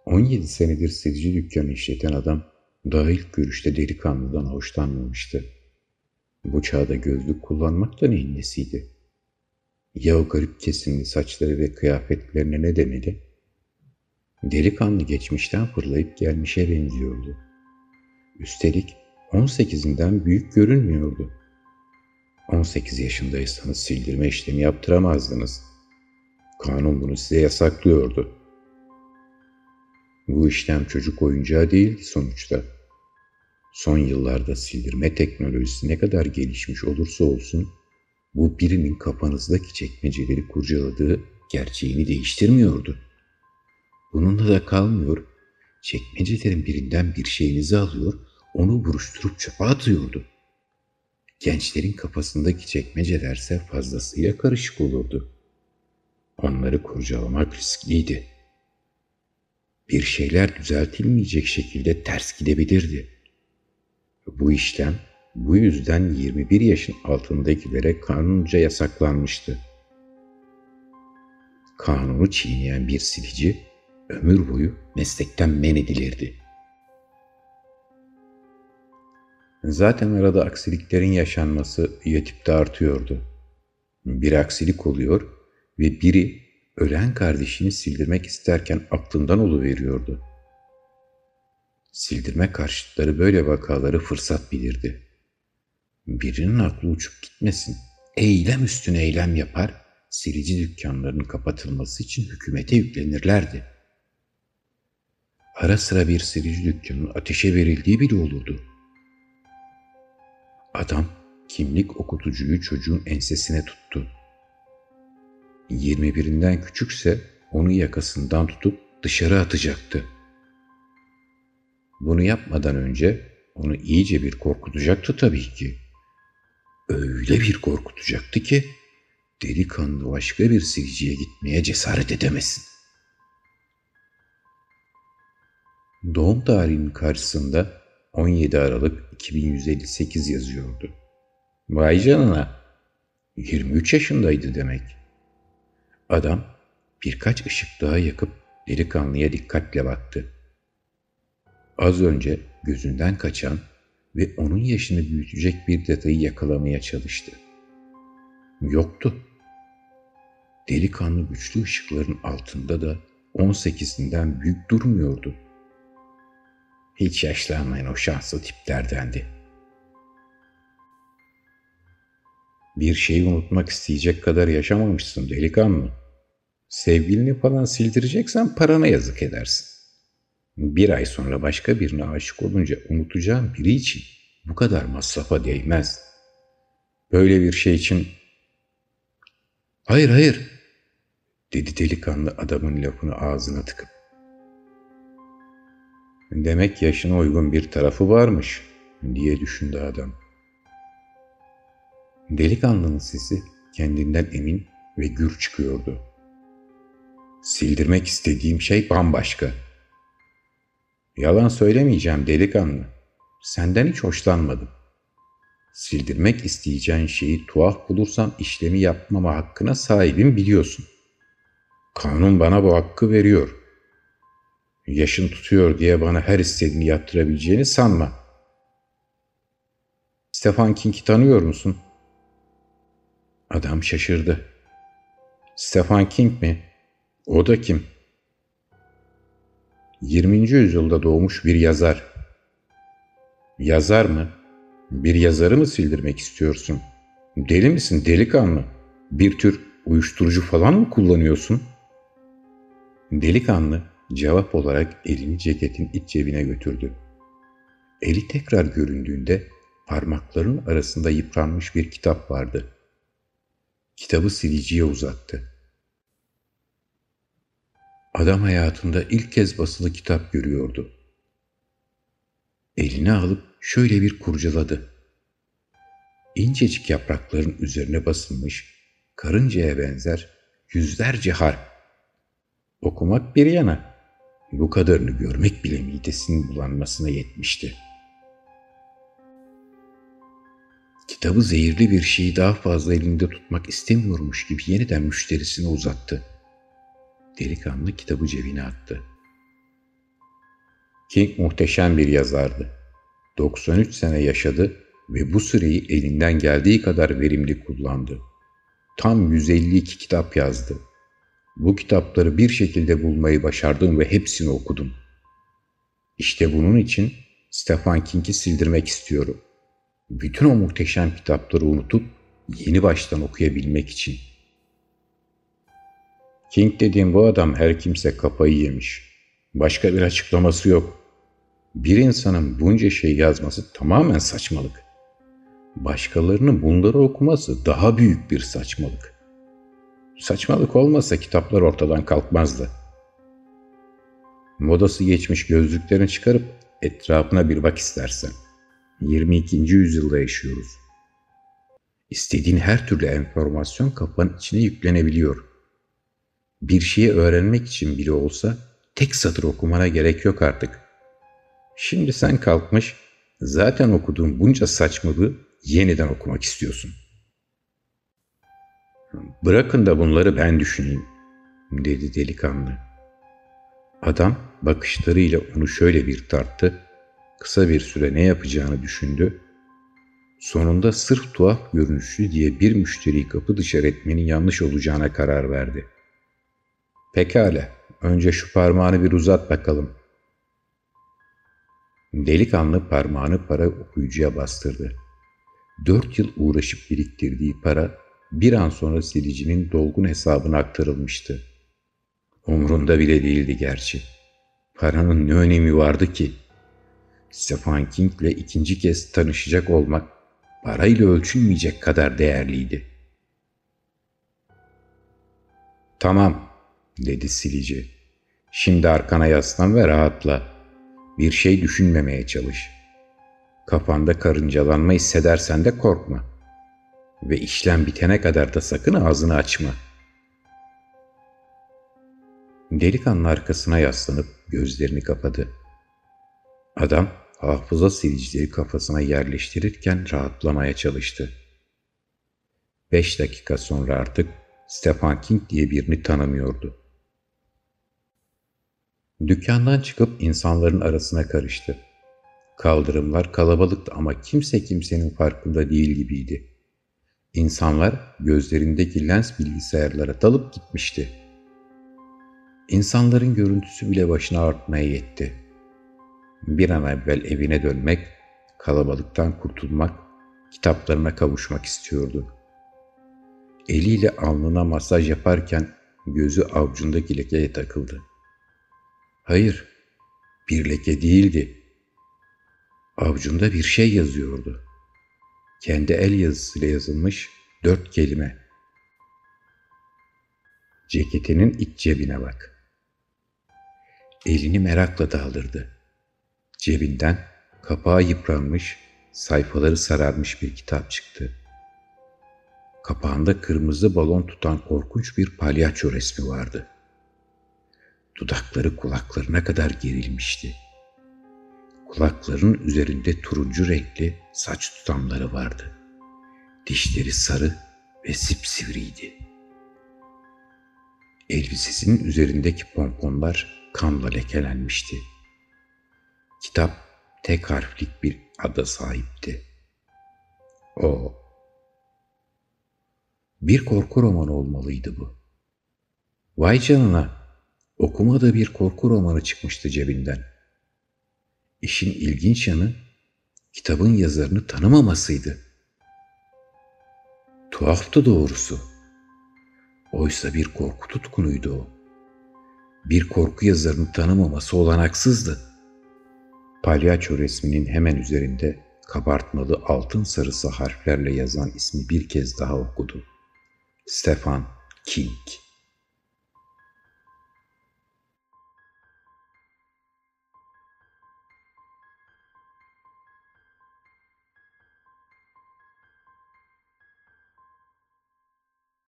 17 senedir silci dükkanı işleten adam daha ilk görüşte delikanlıdan hoşlanmamıştı. Bu çağda gözlük kullanmak da neyin nesiydi? Ya o garip kesimli saçları ve kıyafetlerine ne demeli? Delikanlı geçmişten fırlayıp gelmişe benziyordu. Üstelik 18'inden büyük görünmüyordu. 18 yaşındaysanız sildirme işlemi yaptıramazdınız. Kanun bunu size yasaklıyordu. Bu işlem çocuk oyuncağı değildi sonuçta. Son yıllarda sildirme teknolojisi ne kadar gelişmiş olursa olsun, bu birinin kafanızdaki çekmeceleri kurcaladığı gerçeğini değiştirmiyordu. Bununla da kalmıyor, çekmecelerin birinden bir şeyinizi alıyor, onu buruşturup çöpe atıyordu. Gençlerin kafasındaki çekmecelerse fazlasıyla karışık olurdu. Onları kurcalamak riskliydi. Bir şeyler düzeltilmeyecek şekilde ters gidebilirdi. Bu işlem bu yüzden 21 yaşın altındakilere kanunca yasaklanmıştı. Kanunu çiğneyen bir silici ömür boyu meslekten men edilirdi. Zaten arada aksiliklerin yaşanması YÖTİP'te artıyordu. Bir aksilik oluyor ve biri ölen kardeşini sildirmek isterken aklından oluveriyordu. Sildirme karşıtları böyle vakaları fırsat bilirdi. Birinin aklı uçup gitmesin, eylem üstüne eylem yapar, silici dükkanlarının kapatılması için hükümete yüklenirlerdi. Ara sıra bir silici dükkanının ateşe verildiği bile olurdu. Adam kimlik okutucuyu çocuğun ensesine tuttu. 21'inden küçükse onu yakasından tutup dışarı atacaktı. Bunu yapmadan önce onu iyice bir korkutacaktı tabii ki. Öyle bir korkutacaktı ki delikanlı başka bir siliciye gitmeye cesaret edemesin. Doğum tarihinin karşısında 17 Aralık 2158 yazıyordu. Vay canına, 23 yaşındaydı demek. Adam birkaç ışık daha yakıp delikanlıya dikkatle baktı. Az önce gözünden kaçan ve onun yaşını büyütecek bir detayı yakalamaya çalıştı. Yoktu. Delikanlı güçlü ışıkların altında da 18'inden büyük durmuyordu. Hiç yaşlanmayan o şanslı tiplerdendi. Bir şeyi unutmak isteyecek kadar yaşamamışsın delikanlı. Sevgilini falan sildireceksen parana yazık edersin. Bir ay sonra başka birine aşık olunca unutacağın biri için bu kadar masrafa değmez. Böyle bir şey için... Hayır hayır, dedi delikanlı adamın lafını ağzına tıkıp. Demek yaşına uygun bir tarafı varmış, diye düşündü adam. Delikanlının sesi kendinden emin ve gür çıkıyordu. Sildirmek istediğim şey bambaşka. Yalan söylemeyeceğim delikanlı. Senden hiç hoşlanmadım. Sildirmek isteyeceğin şeyi tuhaf bulursam işlemi yapmama hakkına sahibim biliyorsun. Kanun bana bu hakkı veriyor. Yaşın tutuyor diye bana her istediğini yaptırabileceğini sanma. Stephen King'i tanıyor musun? Adam şaşırdı. Stephen King mi? O da kim? 20. yüzyılda doğmuş bir yazar. Yazar mı? Bir yazarı mı sildirmek istiyorsun? Deli misin delikanlı? Bir tür uyuşturucu falan mı kullanıyorsun? Delikanlı cevap olarak elini ceketin iç cebine götürdü. Eli tekrar göründüğünde parmaklarının arasında yıpranmış bir kitap vardı. Kitabı siliciye uzattı. Adam hayatında ilk kez basılı kitap görüyordu. Eline alıp şöyle bir kurcaladı. İncecik yaprakların üzerine basılmış, karıncaya benzer yüzlerce harf. Okumak bir yana, bu kadarını görmek bile midesinin bulanmasına yetmişti. Kitabı zehirli bir şeyi daha fazla elinde tutmak istemiyormuş gibi yeniden müşterisine uzattı. Delikanlı kitabı cebine attı. King muhteşem bir yazardı. 93 sene yaşadı ve bu süreyi elinden geldiği kadar verimli kullandı. Tam 152 kitap yazdı. Bu kitapları bir şekilde bulmayı başardım ve hepsini okudum. İşte bunun için Stephen King'i sildirmek istiyorum. Bütün o muhteşem kitapları unutup yeni baştan okuyabilmek için. King dediğim bu adam her kimse kafayı yemiş. Başka bir açıklaması yok. Bir insanın bunca şey yazması tamamen saçmalık. Başkalarının bunları okuması daha büyük bir saçmalık. Saçmalık olmasa kitaplar ortadan kalkmazdı. Modası geçmiş gözlüklerini çıkarıp etrafına bir bak istersen. 22. yüzyılda yaşıyoruz. İstediğin her türlü enformasyon kafanın içine yüklenebiliyor. Bir şeyi öğrenmek için bile olsa tek satır okumana gerek yok artık. Şimdi sen kalkmış, zaten okuduğun bunca saçmalığı yeniden okumak istiyorsun. Bırakın da bunları ben düşüneyim, dedi delikanlı. Adam bakışlarıyla onu şöyle bir tarttı, kısa bir süre ne yapacağını düşündü. Sonunda sırf tuhaf görünüşlü diye bir müşteriyi kapı dışarı etmenin yanlış olacağına karar verdi. Pekala, önce şu parmağını bir uzat bakalım. Delikanlı parmağını para okuyucuya bastırdı. 4 yıl uğraşıp biriktirdiği para bir an sonra silicinin dolgun hesabına aktarılmıştı. Umrunda bile değildi gerçi. Paranın ne önemi vardı ki? Stephen King'le ikinci kez tanışacak olmak parayla ölçülmeyecek kadar değerliydi. Tamam, dedi silici. Şimdi arkana yaslan ve rahatla. Bir şey düşünmemeye çalış. Kafanda karıncalanma hissedersen de korkma. Ve işlem bitene kadar da sakın ağzını açma. Delikanlı arkasına yaslanıp gözlerini kapadı. Adam hafıza silicileri kafasına yerleştirirken rahatlamaya çalıştı. 5 dakika sonra artık Stephen King diye birini tanımıyordu. Dükkandan çıkıp insanların arasına karıştı. Kaldırımlar kalabalıktı ama kimse kimsenin farkında değil gibiydi. İnsanlar gözlerindeki lens bilgisayarlara dalıp gitmişti. İnsanların görüntüsü bile başına artmaya yetti. Bir an evvel evine dönmek, kalabalıktan kurtulmak, kitaplarına kavuşmak istiyordu. Eliyle alnına masaj yaparken gözü avucundaki lekeye takıldı. Hayır, bir leke değildi. Avucunda bir şey yazıyordu. Kendi el yazısıyla yazılmış 4 kelime. Ceketinin iç cebine bak. Elini merakla daldırdı. Cebinden kapağı yıpranmış, sayfaları sararmış bir kitap çıktı. Kapağında kırmızı balon tutan korkunç bir palyaço resmi vardı. Dudakları kulaklarına kadar gerilmişti. Kulaklarının üzerinde turuncu renkli saç tutamları vardı. Dişleri sarı ve sipsivriydi. Elbisesinin üzerindeki pomponlar kanla lekelenmişti. Kitap tek harflik bir ada sahipti. O. Bir korku romanı olmalıydı bu. Vay canına, okumadığı bir korku romanı çıkmıştı cebinden. İşin ilginç yanı kitabın yazarını tanımamasıydı. Tuhaftı doğrusu. Oysa bir korku tutkunuydu o. Bir korku yazarını tanımaması olanaksızdı. Palyaço resminin hemen üzerinde kabartmalı altın sarısı harflerle yazan ismi bir kez daha okudu. Stephen King.